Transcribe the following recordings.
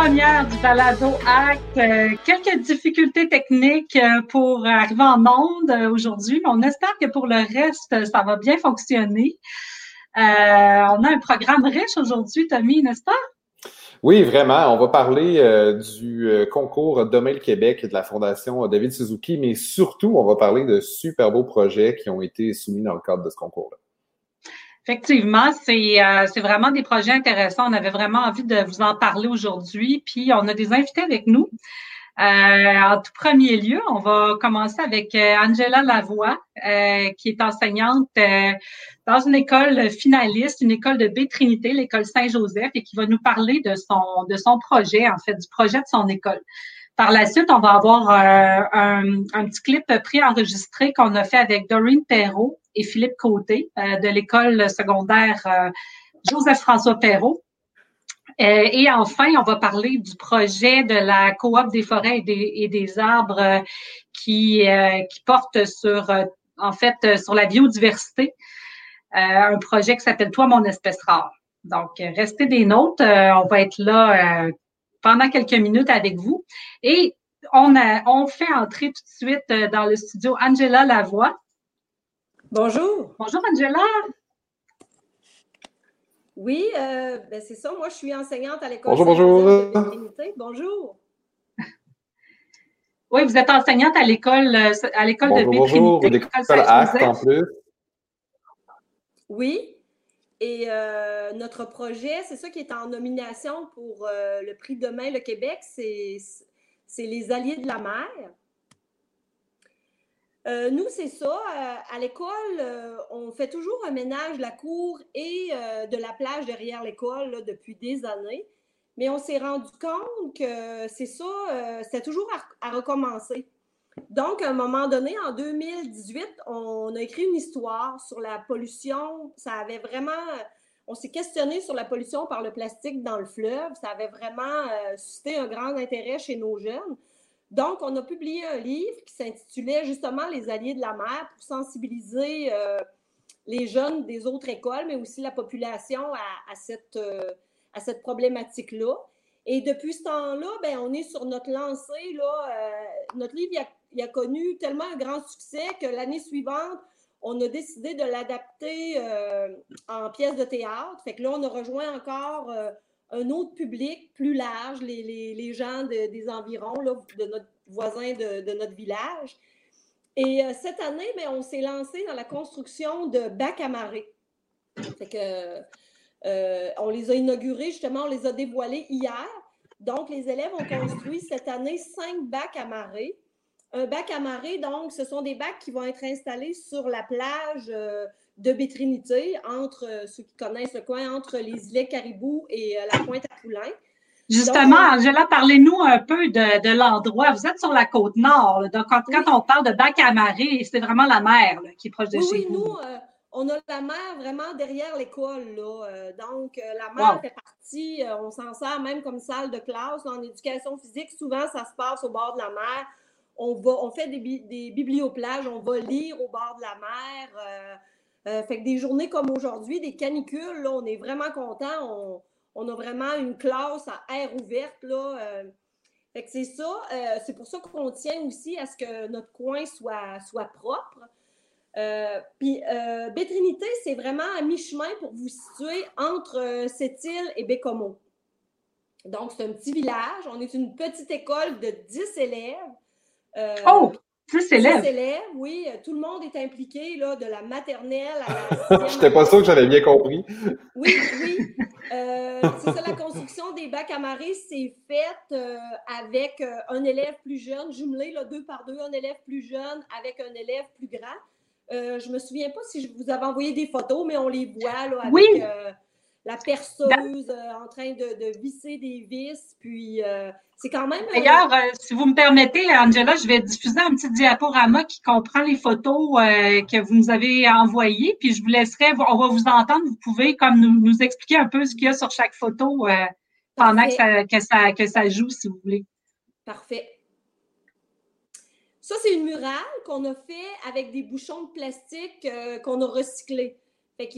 première du Balado Acte. Quelques difficultés techniques pour arriver en onde aujourd'hui, mais on espère que pour le reste, ça va bien fonctionner. On a un programme riche aujourd'hui, Tommy, n'est-ce pas? Oui, vraiment. On va parler du concours Demain le Québec de la Fondation David Suzuki, mais surtout, on va parler de super beaux projets qui ont été soumis dans le cadre de ce concours-là. Effectivement, c'est vraiment des projets intéressants. On avait vraiment envie de vous en parler aujourd'hui. Puis, on a des invités avec nous. En tout premier lieu, on va commencer avec Angela Lavoie, qui est enseignante dans une école finaliste, une école de Baie-Trinité, l'école Saint-Joseph, et qui va nous parler de son projet, en fait, du projet de son école. Par la suite, on va avoir un petit clip préenregistré qu'on a fait avec Doreen Perrault et Philippe Côté de l'école secondaire Joseph-François Perrault. Et enfin, on va parler du projet de la coop des forêts et des arbres qui porte sur, en fait, sur la biodiversité. Un projet qui s'appelle Toi, mon espèce rare. Donc, restez des nôtres. On va être là pendant quelques minutes avec vous. Et on fait entrer tout de suite dans le studio Angela Lavoie. Bonjour. Bonjour, Angela. Oui, c'est ça. Moi, je suis enseignante à l'école Bonjour. de Baie-Trinité. Bonjour. Oui, vous êtes enseignante à l'école de Baie-Trinité. Bonjour, l'école Acte en plus. Oui. Et notre projet, c'est ça qui est en nomination pour le prix Demain le Québec, c'est les Alliés de la mer. Nous, c'est ça. À l'école, on fait toujours un ménage de la cour et de la plage derrière l'école là, depuis des années. Mais on s'est rendu compte que c'est ça, c'était toujours à recommencer. Donc, à un moment donné, en 2018, on a écrit une histoire sur la pollution. Ça avait vraiment... On s'est questionné sur la pollution par le plastique dans le fleuve. Ça avait vraiment suscité un grand intérêt chez nos jeunes. Donc, on a publié un livre qui s'intitulait justement Les Alliés de la mer pour sensibiliser les jeunes des autres écoles, mais aussi la population à cette problématique-là. Et depuis ce temps-là, ben, on est sur notre lancée. Là, notre livre il a connu tellement un grand succès que l'année suivante, on a décidé de l'adapter en pièce de théâtre. Fait que là, on a rejoint encore un autre public plus large, les gens des environs, là, de notre voisin de notre village. Et cette année, bien, on s'est lancé dans la construction de bacs à marée. Fait que, on les a inaugurés, justement, on les a dévoilés hier. Donc, les élèves ont construit cette année 5 bacs à marée. Un bac à marée, donc, ce sont des bacs qui vont être installés sur la plage de Baie-Trinité, entre ceux qui connaissent le coin, entre les îlets Caribou et la Pointe-à-Poulain. Justement, Angela, parlez-nous un peu de l'endroit. Vous êtes sur la côte nord. Là. Donc, quand on parle de bac à marée, c'est vraiment la mer là, qui est proche de chez vous. Oui, nous, on a la mer vraiment derrière l'école. Donc, la mer fait partie, on s'en sert même comme salle de classe. Là, en éducation physique, souvent, ça se passe au bord de la mer. On fait des biblioplages, on va lire au bord de la mer. Fait que des journées comme aujourd'hui, des canicules, là, on est vraiment contents. On a vraiment une classe à air ouverte. Là, fait que c'est ça. C'est pour ça qu'on tient aussi à ce que notre coin soit propre. Puis Baie-Trinité, c'est vraiment à mi-chemin pour vous situer entre Sept-Îles et Baie-Comeau. Donc, c'est un petit village. On est une petite école de 10 élèves. 10 élèves? 10 élèves, oui. Tout le monde est impliqué, là, de la maternelle à la 6e. Je n'étais pas sûr que j'avais bien compris. Oui. C'est ça, la construction des bacs à marée, c'est faite avec un élève plus jeune, jumelé, là, 2 par 2, un élève plus jeune avec un élève plus grand. Je ne me souviens pas si je vous avais envoyé des photos, mais on les voit là, avec la perceuse en train de visser des vis. Puis, c'est quand même... D'ailleurs, si vous me permettez, Angela, je vais diffuser un petit diaporama qui comprend les photos que vous nous avez envoyées. Puis, je vous laisserai, on va vous entendre. Vous pouvez comme nous expliquer un peu ce qu'il y a sur chaque photo pendant que ça joue, si vous voulez. Parfait. Ça, c'est une murale qu'on a fait avec des bouchons de plastique qu'on a recyclés. Fait qu'il y a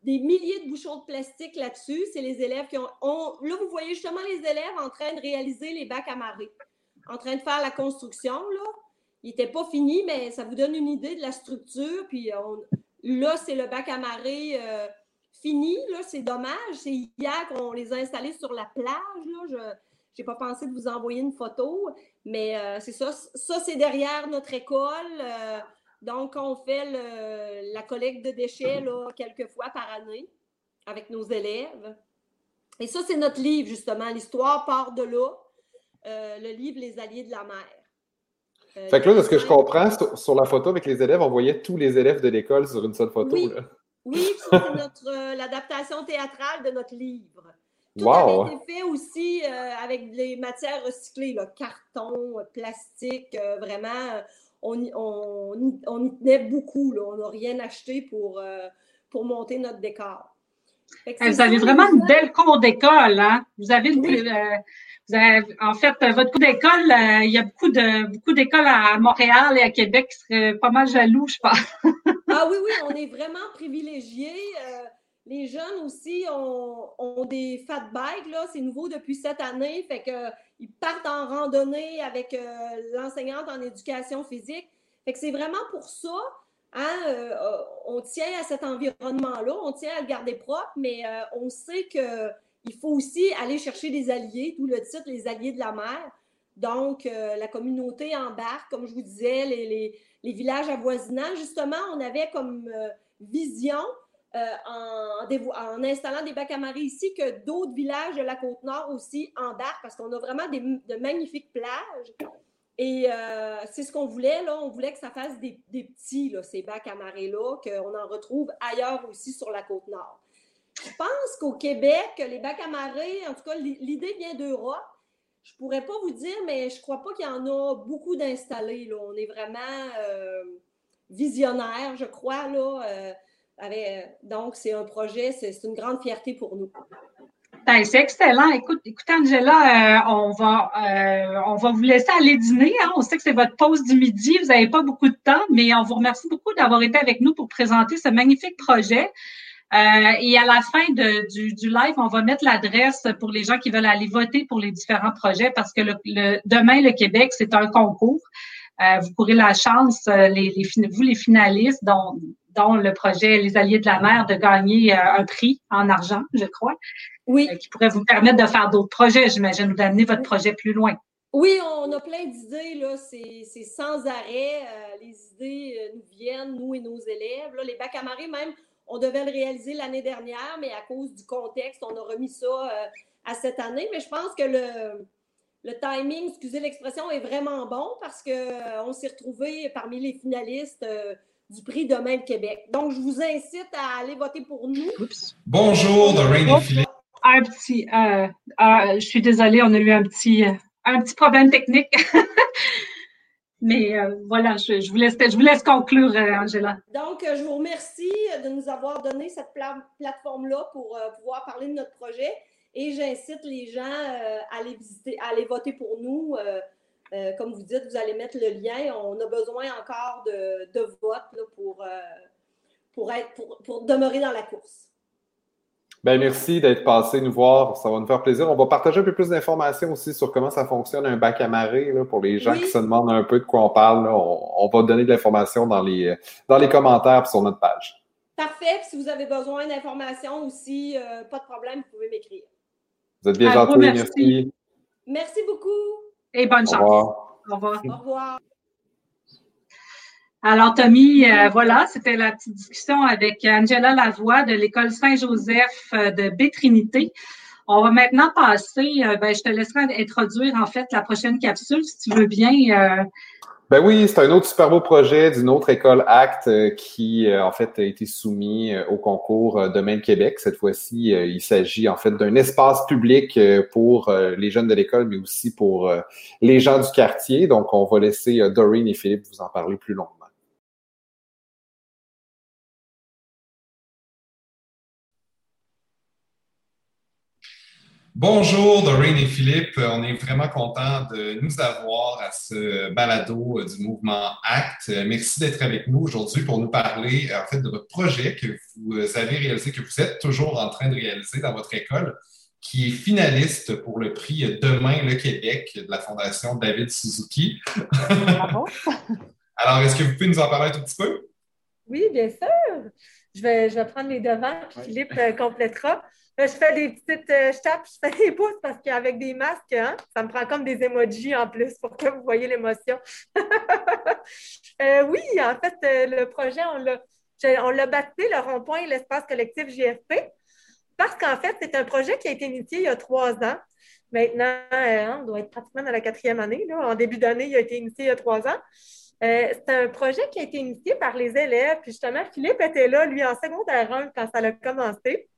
des milliers de bouchons de plastique là-dessus. C'est les élèves qui ont... Là, vous voyez justement les élèves en train de réaliser les bacs à marée, en train de faire la construction, là. Il n'était pas fini, mais ça vous donne une idée de la structure. Puis là, c'est le bac à marée fini. Là, c'est dommage. C'est hier qu'on les a installés sur la plage. Là. Je n'ai pas pensé de vous envoyer une photo, mais c'est ça. Ça, c'est derrière notre école. Donc, on fait la collecte de déchets là, quelques fois par année avec nos élèves. Et ça, c'est notre livre, justement. L'histoire part de là. Le livre Les Alliés de la mer. Fait que là, de ce que je comprends, sur la photo avec les élèves, on voyait tous les élèves de l'école sur une seule photo. Oui, là. Oui, ça, c'est l'adaptation théâtrale de notre livre. Tout avait été fait aussi avec des matières recyclées, là, carton, plastique, vraiment, on y tenait beaucoup. Là, on n'a rien acheté pour monter notre décor. Vous avez vraiment une belle cour d'école, hein? Vous avez en fait, votre cours d'école, il y a beaucoup d'écoles à Montréal et à Québec qui seraient pas mal jaloux, je pense. Ah oui, on est vraiment privilégiés. Les jeunes aussi ont des fat bikes, là, c'est nouveau depuis cette année, fait que ils partent en randonnée avec l'enseignante en éducation physique. Fait que c'est vraiment pour ça, hein, on tient à cet environnement-là, on tient à le garder propre, mais on sait qu'il faut aussi aller chercher des alliés, d'où le titre, les alliés de la mer. Donc, la communauté embarque, comme je vous disais, les villages avoisinants. Justement, on avait comme vision, en installant des bacs à marée ici, que d'autres villages de la Côte-Nord aussi embarquent, parce qu'on a vraiment de magnifiques plages. Et c'est ce qu'on voulait, là. On voulait que ça fasse des petits, là, ces bacs à marée-là, qu'on en retrouve ailleurs aussi sur la Côte-Nord. Je pense qu'au Québec, les bacs à marée, en tout cas, l'idée vient d'Europe. Je ne pourrais pas vous dire, mais je ne crois pas qu'il y en a beaucoup d'installés. Là. On est vraiment visionnaire, je crois. Là, donc, c'est un projet, c'est une grande fierté pour nous. Ben, c'est excellent. Écoutez, Angela, on va vous laisser aller dîner. Hein. On sait que c'est votre pause du midi. Vous n'avez pas beaucoup de temps, mais on vous remercie beaucoup d'avoir été avec nous pour présenter ce magnifique projet. Et à la fin du live, on va mettre l'adresse pour les gens qui veulent aller voter pour les différents projets parce que demain, le Québec, c'est un concours. Vous courez la chance, vous les finalistes, dont le projet Les Alliés de la mer, de gagner un prix en argent, je crois, qui pourrait vous permettre de faire d'autres projets, j'imagine, ou d'amener votre projet plus loin. Oui, on a plein d'idées, là, c'est sans arrêt. Les idées nous viennent, nous et nos élèves. Là, les bacs à marée, même, on devait le réaliser l'année dernière, mais à cause du contexte, on a remis ça à cette année. Mais je pense que le timing, excusez l'expression, est vraiment bon parce qu'on s'est retrouvés parmi les finalistes du prix Demain le Québec. Donc, je vous incite à aller voter pour nous. Oups. Bonjour, Doreen et Philippe. Je suis désolée, on a eu un petit problème technique. Mais voilà, je vous laisse conclure, Angela. Donc, je vous remercie de nous avoir donné cette plateforme-là pour pouvoir parler de notre projet. Et j'incite les gens à aller visiter, à aller voter pour nous. Comme vous dites, vous allez mettre le lien. On a besoin encore de votes là, pour demeurer dans la course. Ben, merci d'être passé nous voir. Ça va nous faire plaisir. On va partager un peu plus d'informations aussi sur comment ça fonctionne un bac à marée là, pour les gens qui se demandent un peu de quoi on parle. Là. On va donner de l'information dans les commentaires et sur notre page. Parfait. Puis si vous avez besoin d'informations aussi, pas de problème, vous pouvez m'écrire. Vous êtes bien gentils. Merci. Merci beaucoup. Et bonne chance. Au revoir. Au revoir. Alors, Tommy, voilà, c'était la petite discussion avec Angela Lavoie de l'École Saint-Joseph de Baie-Trinité. On va maintenant passer, je te laisserai introduire en fait la prochaine capsule, si tu veux bien. Ben oui, c'est un autre super beau projet d'une autre école ACT qui, en fait, a été soumis au concours Demain le Québec. Cette fois-ci, il s'agit en fait d'un espace public pour les jeunes de l'école, mais aussi pour les gens du quartier. Donc, on va laisser Doreen et Philippe vous en parler plus longuement. Bonjour Doreen et Philippe, on est vraiment content de nous avoir à ce balado du mouvement ACT. Merci d'être avec nous aujourd'hui pour nous parler en fait de votre projet que vous avez réalisé, que vous êtes toujours en train de réaliser dans votre école, qui est finaliste pour le prix Demain le Québec de la Fondation David Suzuki. Bravo. Alors, est-ce que vous pouvez nous en parler un tout petit peu? Oui, bien sûr. Je vais prendre les devants, puis Philippe complétera. Je fais des petites, je tape, je fais des pouces parce qu'avec des masques, hein, ça me prend comme des emojis en plus pour que vous voyez l'émotion. Oui, en fait, le projet, on l'a baptisé le rond-point et l'espace collectif JFP parce qu'en fait, c'est un projet qui a été initié il y a 3 ans. Maintenant, on doit être pratiquement dans la 4e année. Là. En début d'année, il a été initié il y a 3 ans. C'est un projet qui a été initié par les élèves. Puis justement, Philippe était là, lui, en secondaire 1 quand ça a commencé.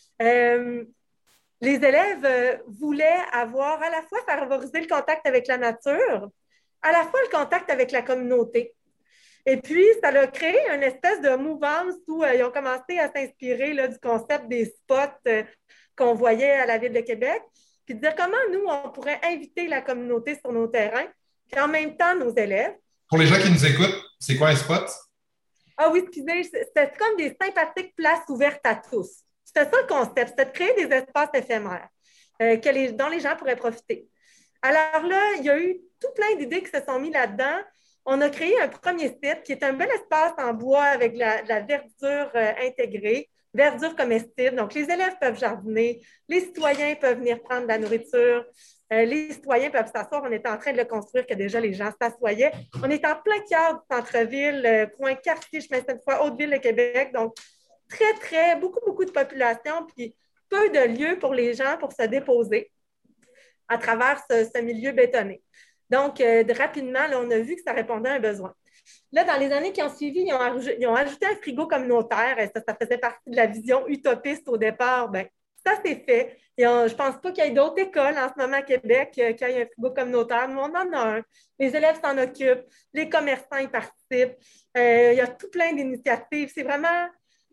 Les élèves voulaient avoir à la fois favoriser le contact avec la nature, à la fois le contact avec la communauté. Et puis, ça a créé une espèce de mouvance où ils ont commencé à s'inspirer là, du concept des spots qu'on voyait à la Ville de Québec, puis de dire comment nous, on pourrait inviter la communauté sur nos terrains, puis en même temps nos élèves. Pour les gens qui nous écoutent, c'est quoi un spot? Ah oui, excusez, c'est comme des sympathiques places ouvertes à tous. C'était ça le concept, c'était de créer des espaces éphémères dont les gens pourraient profiter. Alors là, il y a eu tout plein d'idées qui se sont mises là-dedans. On a créé un premier site qui est un bel espace en bois avec de la verdure intégrée, verdure comestible. Donc, les élèves peuvent jardiner, les citoyens peuvent venir prendre de la nourriture, les citoyens peuvent s'asseoir. On est en train de le construire, que déjà les gens s'assoyaient. On est en plein cœur du centre-ville, coin quartier, chemin Sainte-Foy, Haute-Ville de Québec. Donc, très, très, beaucoup, beaucoup de population, puis peu de lieux pour les gens pour se déposer à travers ce milieu bétonné. Donc, rapidement, là, on a vu que ça répondait à un besoin. Là, dans les années qui ont suivi, ils ont ajouté un frigo communautaire. Et ça faisait partie de la vision utopiste au départ. Bien, ça, c'est fait. Je ne pense pas qu'il y ait d'autres écoles en ce moment à Québec qui aient un frigo communautaire. Nous, on en a un. Les élèves s'en occupent. Les commerçants y participent. Il y a tout plein d'initiatives. C'est vraiment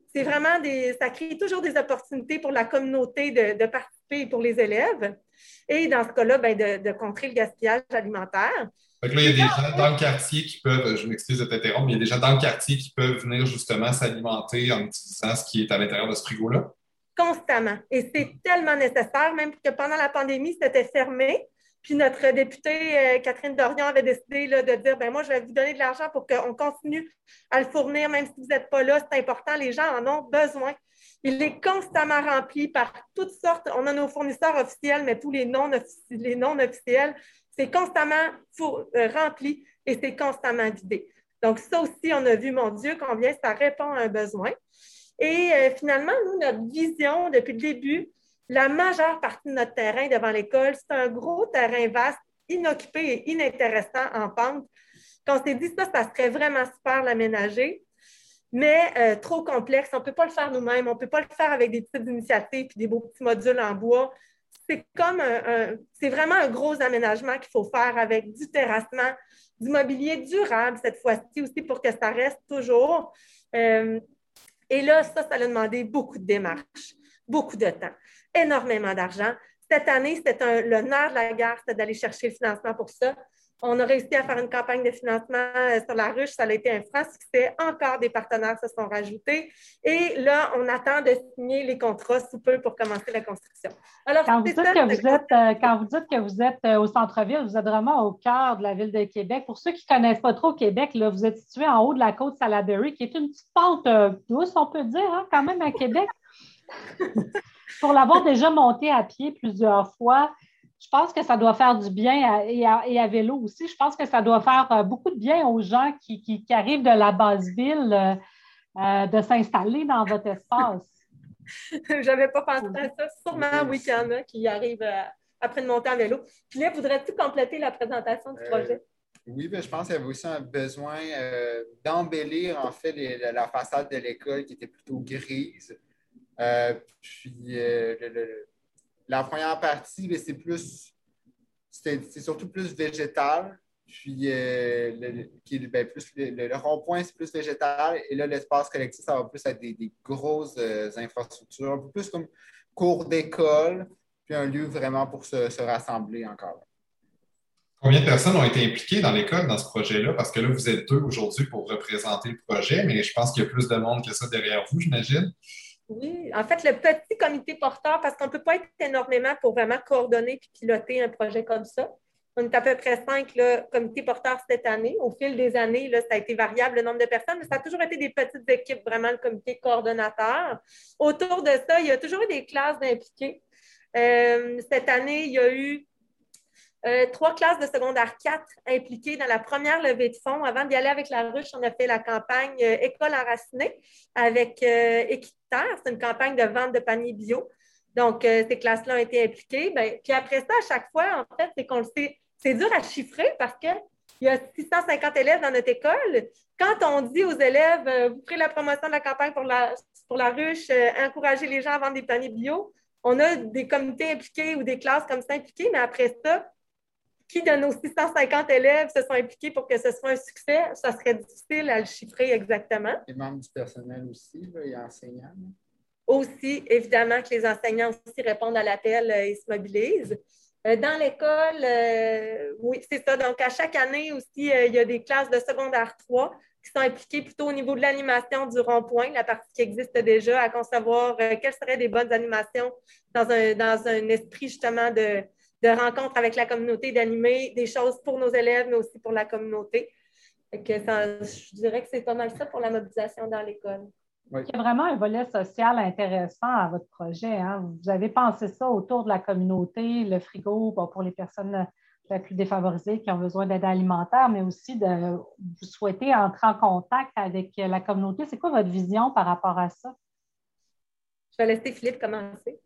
ça crée toujours des opportunités pour la communauté de participer pour les élèves. Et dans ce cas-là, ben, de contrer le gaspillage alimentaire. Fait que là, il y a des gens dans le quartier qui peuvent, je m'excuse de t'interrompre, mais il y a des gens dans le quartier qui peuvent venir justement s'alimenter en utilisant ce qui est à l'intérieur de ce frigo-là. Constamment. Et c'est tellement nécessaire, même que pendant la pandémie, c'était fermé. Puis notre députée Catherine Dorion avait décidé là, de dire ben moi, je vais vous donner de l'argent pour qu'on continue à le fournir, même si vous n'êtes pas là, c'est important, les gens en ont besoin. Il est constamment rempli par toutes sortes. On a nos fournisseurs officiels, mais tous les non officiels, c'est constamment rempli et c'est constamment vidé. Donc, ça aussi, on a vu, mon Dieu, combien ça répond à un besoin. Et finalement, nous, notre vision depuis le début, la majeure partie de notre terrain devant l'école, c'est un gros terrain vaste, inoccupé et inintéressant en pente. Quand on s'est dit ça serait vraiment super l'aménager, mais trop complexe. On ne peut pas le faire nous-mêmes, on ne peut pas le faire avec des petites initiatives et des beaux petits modules en bois. C'est vraiment un gros aménagement qu'il faut faire avec du terrassement, du mobilier durable cette fois-ci aussi pour que ça reste toujours. Et là, ça a demandé beaucoup de démarches, beaucoup de temps, énormément d'argent. Cette année, c'était le nerf de la guerre, c'était d'aller chercher le financement pour ça. On a réussi à faire une campagne de financement sur la ruche. Ça a été un franc succès. Encore des partenaires se sont rajoutés. Et là, on attend de signer les contrats sous peu pour commencer la construction. Alors, quand vous dites que vous êtes au centre-ville, vous êtes vraiment au cœur de la ville de Québec. Pour ceux qui ne connaissent pas trop Québec, là, vous êtes situé en haut de la côte Salaberry, qui est une petite pente douce, on peut dire, hein, quand même, à Québec. Pour l'avoir déjà monté à pied plusieurs fois, je pense que ça doit faire du bien et à vélo aussi. Je pense que ça doit faire beaucoup de bien aux gens qui arrivent de la basse ville de s'installer dans votre espace. Je n'avais pas pensé à ça. Sûrement, oui, qu'il y en a qui arrivent après une montée à vélo. Philippe, voudrais-tu compléter la présentation du projet? Oui, bien, je pense qu'il y avait aussi un besoin d'embellir en fait la façade de l'école qui était plutôt grise. La première partie, c'est surtout plus végétal. Puis, le rond-point, c'est plus végétal. Et là, l'espace collectif, ça va plus être des grosses infrastructures, un peu plus comme cours d'école. puis un lieu vraiment pour se rassembler encore. Combien de personnes ont été impliquées dans l'école dans ce projet-là? Parce que là, vous êtes deux aujourd'hui pour représenter le projet, mais je pense qu'il y a plus de monde que ça derrière vous, j'imagine. Oui, en fait, le petit comité porteur, parce qu'on ne peut pas être énormément pour vraiment coordonner et piloter un projet comme ça. On est à peu près 5 comités porteurs cette année. Au fil des années, là, ça a été variable le nombre de personnes, mais ça a toujours été des petites équipes, vraiment le comité coordonnateur. Autour de ça, il y a toujours eu des classes d'impliqués. Cette année, il y a eu 3 classes de secondaire 4 impliquées dans la première levée de fonds. Avant d'y aller avec la ruche, on a fait la campagne École enracinée avec Équiterre. C'est une campagne de vente de paniers bio. Donc, ces classes-là ont été impliquées. Puis après ça, à chaque fois, en fait, c'est qu'on le sait, c'est dur à chiffrer parce qu'il y a 650 élèves dans notre école. Quand on dit aux élèves, vous ferez la promotion de la campagne pour la ruche, encouragez les gens à vendre des paniers bio, on a des comités impliqués ou des classes comme ça impliquées, mais après ça, qui de nos 650 élèves se sont impliqués pour que ce soit un succès, ça serait difficile à le chiffrer exactement. Les membres du personnel aussi, là, et enseignants. Aussi, évidemment, que les enseignants aussi répondent à l'appel et se mobilisent. Dans l'école, oui, c'est ça. Donc, à chaque année aussi, il y a des classes de secondaire 3 qui sont impliquées plutôt au niveau de l'animation du rond-point, la partie qui existe déjà, à concevoir quelles seraient des bonnes animations dans un esprit justement de rencontre avec la communauté, d'animer des choses pour nos élèves, mais aussi pour la communauté. Je dirais que c'est pas mal ça pour la mobilisation dans l'école. Oui. Il y a vraiment un volet social intéressant à votre projet. Hein? Vous avez pensé ça autour de la communauté, le frigo pour les personnes les plus défavorisées qui ont besoin d'aide alimentaire, mais aussi vous souhaitez entrer en contact avec la communauté. C'est quoi votre vision par rapport à ça? Je vais laisser Philippe commencer.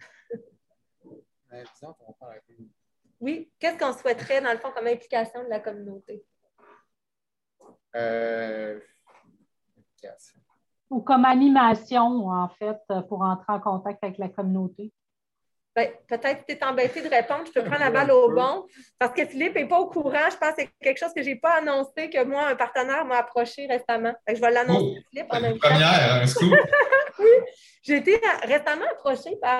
Oui, qu'est-ce qu'on souhaiterait, dans le fond, comme implication de la communauté? Ou comme animation, en fait, pour entrer en contact avec la communauté? Bien, peut-être que tu es embêté de répondre, je peux prendre la balle au bon, parce que Philippe n'est pas au courant. Je pense que c'est quelque chose que je n'ai pas annoncé, que moi, un partenaire m'a approché récemment. Je vais l'annoncer à Philippe en même temps. Première, un scoop. Oui, j'ai été récemment approchée par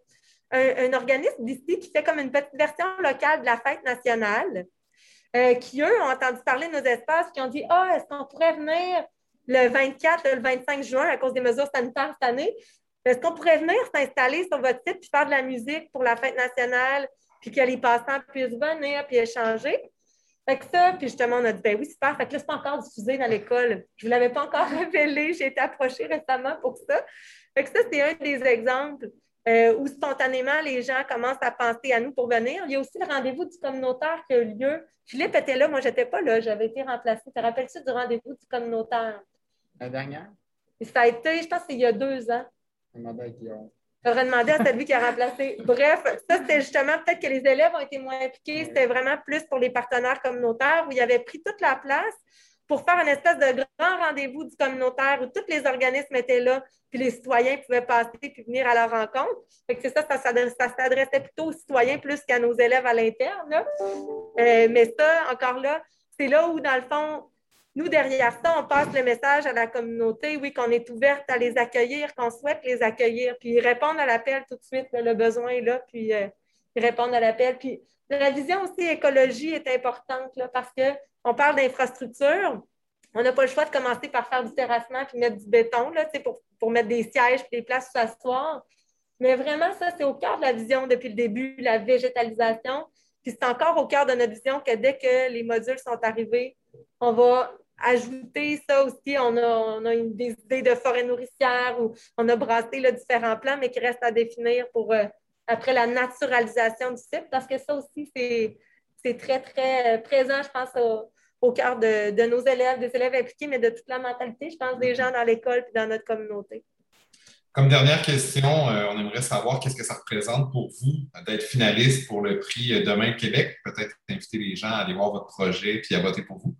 un organisme d'ici qui fait comme une petite version locale de la fête nationale, qui, eux, ont entendu parler de nos espaces, qui ont dit « Ah, est-ce qu'on pourrait venir le 24, le 25 juin, à cause des mesures sanitaires cette année, est-ce qu'on pourrait venir s'installer sur votre site puis faire de la musique pour la fête nationale, puis que les passants puissent venir puis échanger? » Fait que ça, puis justement, on a dit « Ben oui, super. » Fait que là, c'est pas encore diffusé dans l'école. Je ne vous l'avais pas encore révélé. J'ai été approchée récemment pour ça. Fait que ça, c'est un des exemples où spontanément, les gens commencent à penser à nous pour venir. Il y a aussi le rendez-vous du communautaire qui a eu lieu. Philippe était là, moi, je n'étais pas là. J'avais été remplacée. Te rappelles-tu du rendez-vous du communautaire? La dernière? Et ça a été, je pense, c'est il y a 2 ans. Je demandais à Guillaume. J'aurais demandé à celui qui a remplacé. Bref, ça, c'était justement peut-être que les élèves ont été moins impliqués. C'était vraiment plus pour les partenaires communautaires où ils avaient pris toute la place pour faire une espèce de grand rendez-vous du communautaire où tous les organismes étaient là, puis les citoyens pouvaient passer puis venir à leur rencontre. Fait que c'est ça s'adressait plutôt aux citoyens plus qu'à nos élèves à l'interne. Mais ça, encore là, c'est là où, dans le fond, nous, derrière ça, on passe le message à la communauté, oui, qu'on est ouverte à les accueillir, qu'on souhaite les accueillir, puis ils répondent à l'appel tout de suite, le besoin est là, puis ils répondent à l'appel. Puis la vision aussi écologie est importante, là, parce qu'on parle d'infrastructure. On n'a pas le choix de commencer par faire du terrassement puis mettre du béton là, pour mettre des sièges et des places où s'asseoir. Mais vraiment, ça, c'est au cœur de la vision depuis le début, la végétalisation. Puis c'est encore au cœur de notre vision que dès que les modules sont arrivés, on va ajouter ça aussi. On a des idées de forêt nourricière où on a brassé là, différents plans, mais qui restent à définir pour après la naturalisation du site, parce que ça aussi, c'est très, très présent, je pense, au cœur de nos élèves, des élèves impliqués, mais de toute la mentalité, je pense, des gens dans l'école et dans notre communauté. Comme dernière question, on aimerait savoir qu'est-ce que ça représente pour vous d'être finaliste pour le prix Demain Québec. Peut-être inviter les gens à aller voir votre projet et à voter pour vous.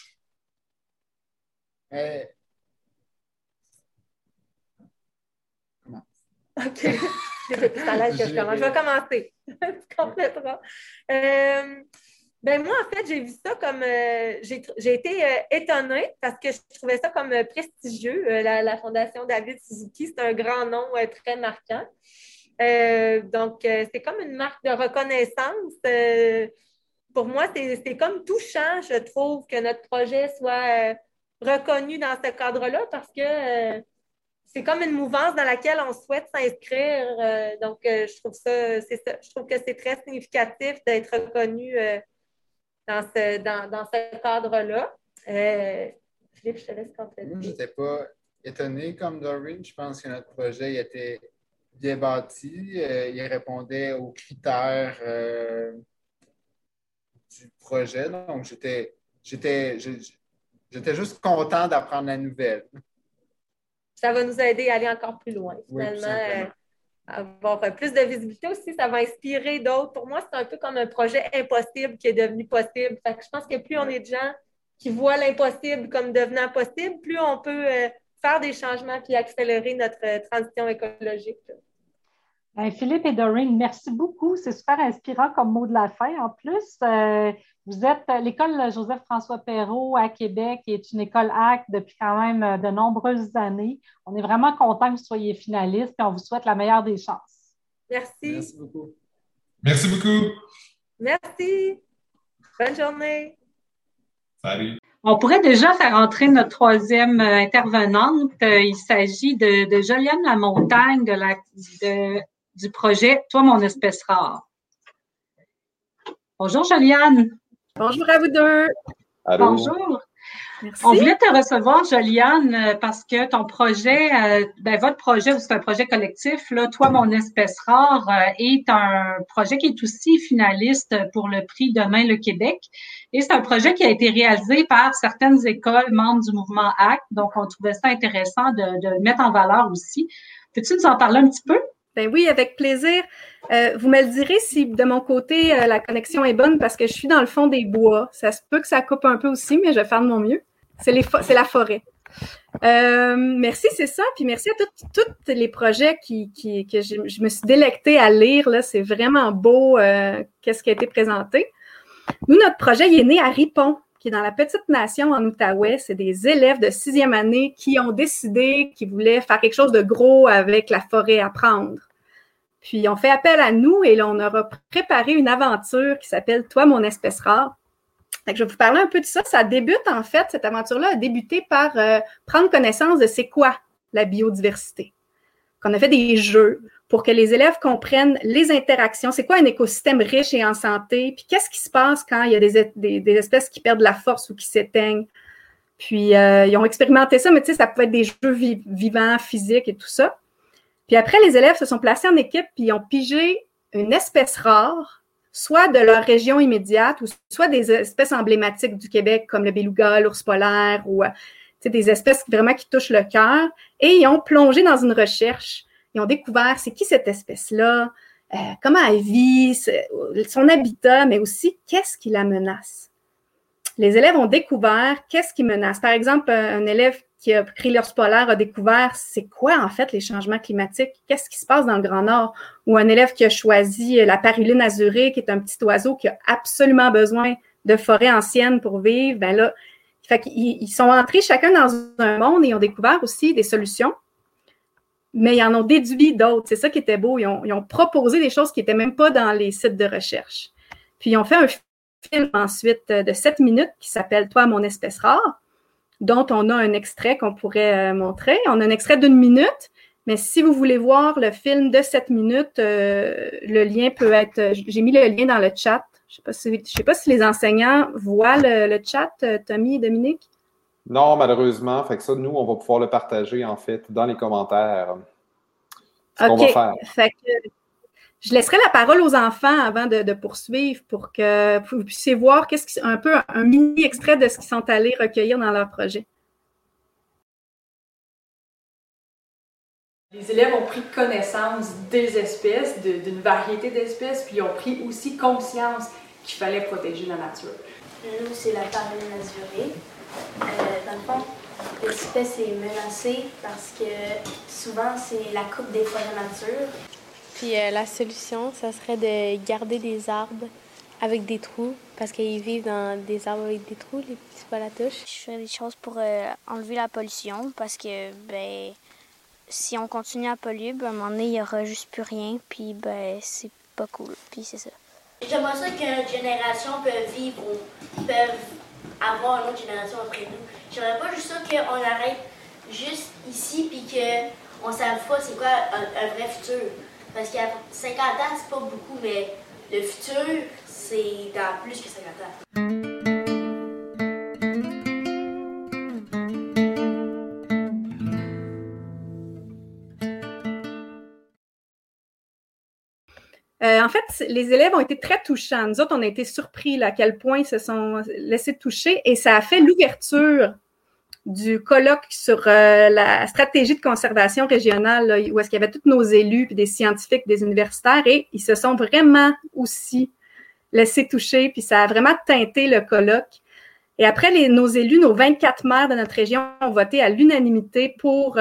Comment? OK. Je vais commencer. Tu compléteras. Ben moi, en fait, j'ai vu ça comme... j'ai été étonnée parce que je trouvais ça comme prestigieux. La Fondation David Suzuki, c'est un grand nom très marquant. Donc, c'est comme une marque de reconnaissance. Pour moi, c'est comme touchant, je trouve, que notre projet soit reconnu dans ce cadre-là parce que c'est comme une mouvance dans laquelle on souhaite s'inscrire. Donc, je trouve que c'est très significatif d'être reconnu dans ce cadre-là. Philippe, je te laisse compléter. Moi, je n'étais pas étonné comme Doreen. Je pense que notre projet il était bien bâti. Il répondait aux critères du projet. Donc, j'étais juste content d'apprendre la nouvelle. Ça va nous aider à aller encore plus loin, finalement. Oui, avoir plus de visibilité aussi, ça va inspirer d'autres. Pour moi, c'est un peu comme un projet impossible qui est devenu possible. Fait que je pense que plus on est de gens qui voient l'impossible comme devenant possible, plus on peut faire des changements puis accélérer notre transition écologique. Philippe et Doreen, merci beaucoup. C'est super inspirant comme mot de la fin. En plus, vous êtes l'école Joseph-François Perrault à Québec, qui est une école ACT depuis quand même de nombreuses années. On est vraiment content que vous soyez finaliste et on vous souhaite la meilleure des chances. Merci. Merci beaucoup. Merci beaucoup. Merci. Bonne journée. Salut. On pourrait déjà faire entrer notre troisième intervenante. Il s'agit de Joliane Lamontagne du projet Toi, mon espèce rare. Bonjour, Joliane. Bonjour à vous deux. Allô? Bonjour. Merci. On voulait te recevoir, Joliane, parce que ton projet, votre projet, c'est un projet collectif, là, Toi, mon espèce rare, est un projet qui est aussi finaliste pour le prix Demain le Québec. Et c'est un projet qui a été réalisé par certaines écoles membres du mouvement ACT. Donc, on trouvait ça intéressant de le mettre en valeur aussi. Peux-tu nous en parler un petit peu? Ben oui, avec plaisir. Vous me le direz si de mon côté, la connexion est bonne parce que je suis dans le fond des bois. Ça se peut que ça coupe un peu aussi, mais je vais faire de mon mieux. C'est la forêt. Merci, c'est ça. Puis merci à tous les projets que je me suis délectée à lire. Là, c'est vraiment beau qu'est-ce qui a été présenté. Nous, notre projet, il est né à Ripon, qui est dans la petite nation en Outaouais. C'est des élèves de 6e année qui ont décidé qu'ils voulaient faire quelque chose de gros avec la forêt à prendre. Puis, ils ont fait appel à nous et là, on aura préparé une aventure qui s'appelle « Toi, mon espèce rare ». Fait que je vais vous parler un peu de ça. Ça débute, en fait, cette aventure-là a débuté par prendre connaissance de c'est quoi la biodiversité. Qu'on a fait des jeux pour que les élèves comprennent les interactions. C'est quoi un écosystème riche et en santé? Puis qu'est-ce qui se passe quand il y a des espèces qui perdent la force ou qui s'éteignent? Puis ils ont expérimenté ça, mais tu sais, ça pouvait être des jeux vivants, physiques et tout ça. Puis après, les élèves se sont placés en équipe puis ils ont pigé une espèce rare, soit de leur région immédiate ou soit des espèces emblématiques du Québec comme le beluga, l'ours polaire ou des espèces vraiment qui touchent le cœur. Et ils ont plongé dans une recherche. Ils ont découvert c'est qui cette espèce-là, comment elle vit, son habitat, mais aussi qu'est-ce qui la menace. Les élèves ont découvert qu'est-ce qui menace. Par exemple, un élève qui a pris l'ours polaire a découvert c'est quoi en fait les changements climatiques, qu'est-ce qui se passe dans le Grand Nord. Ou un élève qui a choisi la paruline azurée, qui est un petit oiseau qui a absolument besoin de forêt ancienne pour vivre. Ben là, fait qu'ils sont entrés chacun dans un monde et ils ont découvert aussi des solutions. Mais ils en ont déduit d'autres. C'est ça qui était beau. Ils ont proposé des choses qui n'étaient même pas dans les sites de recherche. Puis, ils ont fait un film ensuite de 7 minutes qui s'appelle « Toi, mon espèce rare », dont on a un extrait qu'on pourrait montrer. On a un extrait d'1 minute, mais si vous voulez voir le film de 7 minutes, le lien peut être… J'ai mis le lien dans le chat. Je ne sais pas si les enseignants voient le chat, Tommy et Dominique. Non, malheureusement. Fait que ça, nous, on va pouvoir le partager, en fait, dans les commentaires. Ce qu'on va faire. Fait que je laisserai la parole aux enfants avant de poursuivre pour que vous puissiez voir un peu un mini extrait de ce qu'ils sont allés recueillir dans leur projet. Les élèves ont pris connaissance des espèces, d'une variété d'espèces, puis ils ont pris aussi conscience qu'il fallait protéger la nature. Nous, c'est la paruline azurée. Dans le fond, l'espèce est menacée parce que souvent, c'est la coupe des forêts nature. Puis la solution, ça serait de garder des arbres avec des trous parce qu'ils vivent dans des arbres avec des trous, les petits palatouches. Je fais des choses pour enlever la pollution parce que, si on continue à polluer, ben, à un moment donné, il n'y aura juste plus rien, puis ben, c'est pas cool, puis c'est ça. J'aimerais ça que notre génération peut vivre ou peuvent avoir une autre génération après nous. J'aimerais pas juste ça qu'on arrête juste ici puis qu'on ne sache pas c'est quoi un vrai futur. Parce qu'à 50 ans, c'est pas beaucoup, mais le futur, c'est dans plus que 50 ans. En fait, les élèves ont été très touchants. Nous autres, on a été surpris là, à quel point ils se sont laissés toucher et ça a fait l'ouverture du colloque sur la stratégie de conservation régionale, là, où est-ce qu'il y avait tous nos élus, puis des scientifiques, des universitaires, et ils se sont vraiment aussi laissés toucher, puis ça a vraiment teinté le colloque. Et après, nos élus, nos 24 maires de notre région ont voté à l'unanimité pour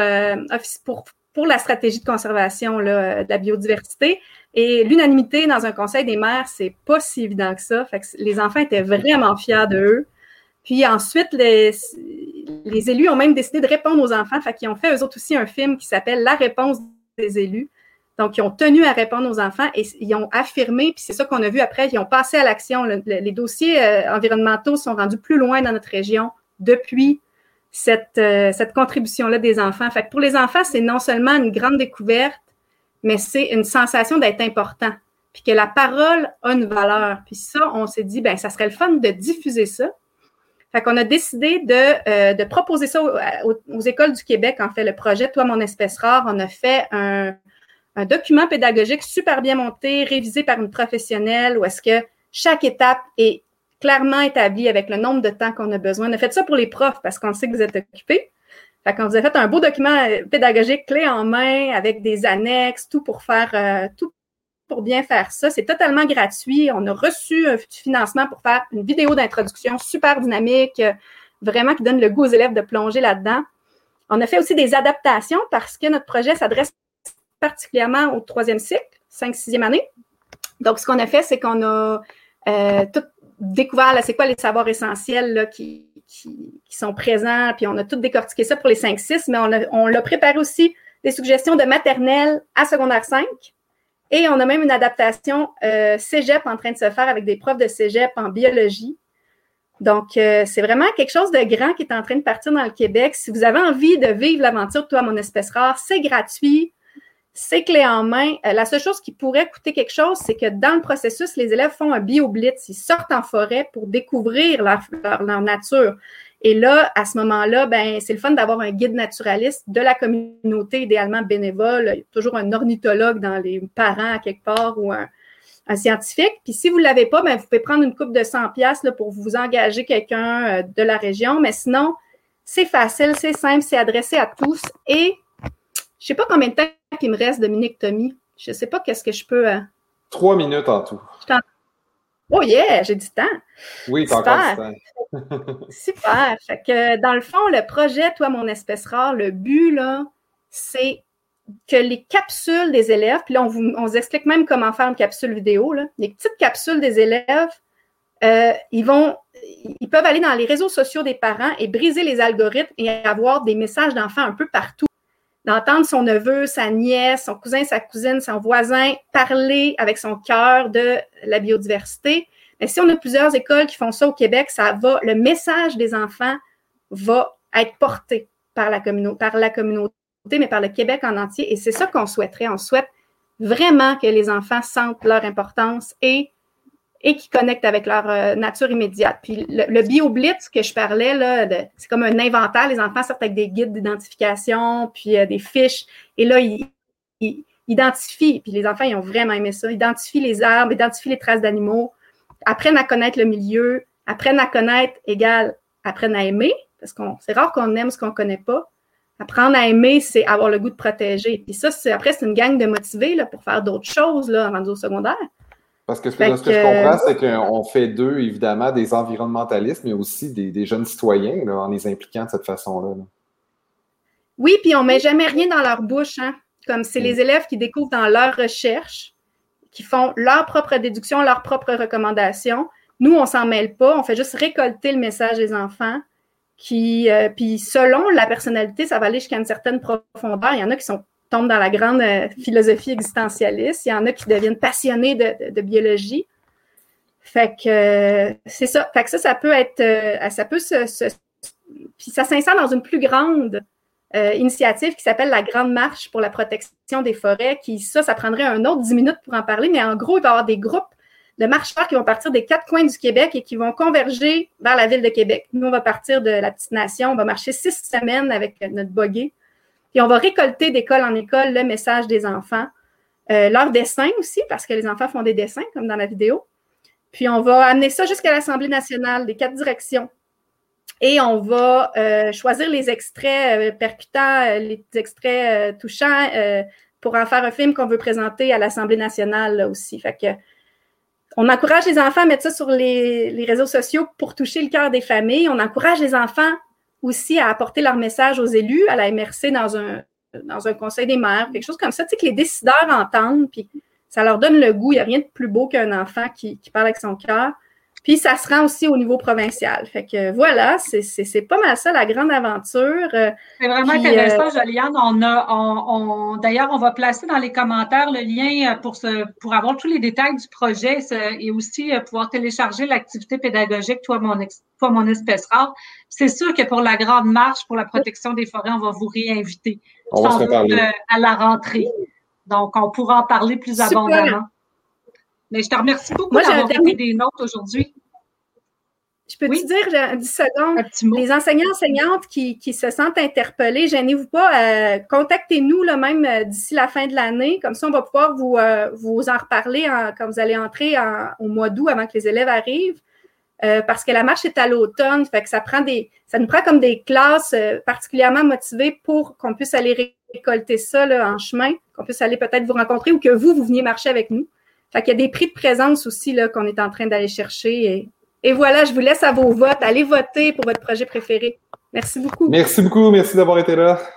la stratégie de conservation là, de la biodiversité. Et l'unanimité dans un conseil des maires, c'est pas si évident que ça. Fait que les enfants étaient vraiment fiers d'eux. Puis ensuite, les élus ont même décidé de répondre aux enfants. Fait qu'ils ont fait eux autres aussi un film qui s'appelle « La réponse des élus ». Donc, ils ont tenu à répondre aux enfants et ils ont affirmé, puis c'est ça qu'on a vu après, ils ont passé à l'action. Les dossiers environnementaux sont rendus plus loin dans notre région depuis cette contribution-là des enfants. Fait que pour les enfants, c'est non seulement une grande découverte, mais c'est une sensation d'être important, puis que la parole a une valeur. Puis ça, on s'est dit, ben ça serait le fun de diffuser ça. Fait qu'on a décidé de proposer ça aux écoles du Québec. En fait, le projet « Toi, mon espèce rare », on a fait un document pédagogique super bien monté, révisé par une professionnelle, où est-ce que chaque étape est clairement établie avec le nombre de temps qu'on a besoin. On a fait ça pour les profs parce qu'on sait que vous êtes occupés. Fait qu'on vous a fait un beau document pédagogique clé en main avec des annexes, tout pour bien faire ça. C'est totalement gratuit. On a reçu un financement pour faire une vidéo d'introduction super dynamique, vraiment qui donne le goût aux élèves de plonger là-dedans. On a fait aussi des adaptations parce que notre projet s'adresse particulièrement au 3e cycle, 5e, 6e année. Donc, ce qu'on a fait, c'est qu'on a tout découvert, là, c'est quoi les savoirs essentiels là, qui sont présents, puis on a tout décortiqué ça pour les 5-6, mais on l'a préparé aussi des suggestions de maternelle à secondaire 5, et on a même une adaptation cégep en train de se faire avec des profs de cégep en biologie. Donc, c'est vraiment quelque chose de grand qui est en train de partir dans le Québec. Si vous avez envie de vivre l'aventure Toi, mon espèce rare, c'est gratuit. C'est clé en main. La seule chose qui pourrait coûter quelque chose, c'est que dans le processus, les élèves font un bio-blitz. Ils sortent en forêt pour découvrir leur nature. Et là, à ce moment-là, ben, c'est le fun d'avoir un guide naturaliste de la communauté, idéalement bénévole. Il y a toujours un ornithologue dans les parents à quelque part ou un scientifique. Puis si vous ne l'avez pas, ben, vous pouvez prendre une coupe de 100$ là, pour vous engager quelqu'un de la région. Mais sinon, c'est facile, c'est simple, c'est adressé à tous. Et je ne sais pas combien de temps il me reste, Dominique, Tommy. Je ne sais pas qu'est-ce que je peux... 3 minutes en tout. Oh yeah, j'ai du temps. Oui, t'as encore du temps. Super. Fait que dans le fond, le projet Toi, mon espèce rare, le but, là, c'est que les capsules des élèves, puis là, on vous explique même comment faire une capsule vidéo, là. Les petites capsules des élèves, ils peuvent aller dans les réseaux sociaux des parents et briser les algorithmes et avoir des messages d'enfants un peu partout. D'entendre son neveu, sa nièce, son cousin, sa cousine, son voisin parler avec son cœur de la biodiversité. Mais si on a plusieurs écoles qui font ça au Québec, le message des enfants va être porté par la communauté, mais par le Québec en entier. Et c'est ça qu'on souhaiterait. On souhaite vraiment que les enfants sentent leur importance et qui connectent avec leur nature immédiate. Puis le BioBlitz que je parlais, là, c'est comme un inventaire. Les enfants sortent avec des guides d'identification, puis des fiches. Et là, ils identifient, puis les enfants, ils ont vraiment aimé ça, identifient les arbres, identifient les traces d'animaux, apprennent à connaître le milieu, apprennent à connaître égale apprennent à aimer, parce que c'est rare qu'on aime ce qu'on ne connaît pas. Apprendre à aimer, c'est avoir le goût de protéger. Puis ça, après, c'est une gang de motivés là, pour faire d'autres choses là, avant au secondaire. Parce que ce que je comprends, c'est qu'on fait d'eux, évidemment, des environnementalistes, mais aussi des jeunes citoyens, là, en les impliquant de cette façon-là. Là. Oui, puis on ne met jamais rien dans leur bouche. Hein? Comme c'est les élèves qui découvrent dans leur recherche, qui font leur propre déduction, leurs propres recommandations. Nous, on ne s'en mêle pas. On fait juste récolter le message des enfants Puis selon la personnalité, ça va aller jusqu'à une certaine profondeur. Il y en a qui tombent dans la grande philosophie existentialiste. Il y en a qui deviennent passionnés de biologie. Fait que c'est ça. Fait que ça peut être, puis ça s'insère dans une plus grande initiative qui s'appelle la Grande Marche pour la protection des forêts. Ça prendrait un autre 10 minutes pour en parler, mais en gros, il va y avoir des groupes de marcheurs qui vont partir des 4 coins du Québec et qui vont converger vers la ville de Québec. Nous, on va partir de la petite nation, on va marcher 6 semaines avec notre buggy, puis on va récolter d'école en école le message des enfants, leurs dessins aussi, parce que les enfants font des dessins, comme dans la vidéo. Puis on va amener ça jusqu'à l'Assemblée nationale, des 4 directions. Et on va choisir les extraits percutants, les extraits touchants pour en faire un film qu'on veut présenter à l'Assemblée nationale là, aussi. Fait que on encourage les enfants à mettre ça sur les réseaux sociaux pour toucher le cœur des familles. On encourage les enfants aussi à apporter leur message aux élus, à la MRC dans un conseil des maires, quelque chose comme ça, tu sais, que les décideurs entendent, puis ça leur donne le goût. Il n'y a rien de plus beau qu'un enfant qui parle avec son cœur. Puis ça se rend aussi au niveau provincial. Fait que voilà, c'est pas mal ça, la grande aventure. C'est vraiment intéressant, Joliane. D'ailleurs, on va placer dans les commentaires le lien pour avoir tous les détails du projet et aussi pouvoir télécharger l'activité pédagogique Toi, mon espèce rare. C'est sûr que pour la grande marche pour la protection des forêts, on va vous réinviter. On va se reparler. À la rentrée. Donc, on pourra en parler plus abondamment. Mais je te remercie beaucoup d'avoir pris des notes aujourd'hui. Je peux te dire, 10 secondes, les enseignants-enseignantes qui se sentent interpellés, gênez-vous pas, contactez-nous là, même d'ici la fin de l'année. Comme ça, on va pouvoir vous en reparler quand vous allez entrer au mois d'août avant que les élèves arrivent. Parce que la marche est à l'automne, fait que ça nous prend comme des classes particulièrement motivées pour qu'on puisse aller récolter ça là, en chemin, qu'on puisse aller peut-être vous rencontrer ou que vous veniez marcher avec nous. Fait qu'il y a des prix de présence aussi là, qu'on est en train d'aller chercher. Et voilà, je vous laisse à vos votes. Allez voter pour votre projet préféré. Merci beaucoup. Merci beaucoup. Merci d'avoir été là.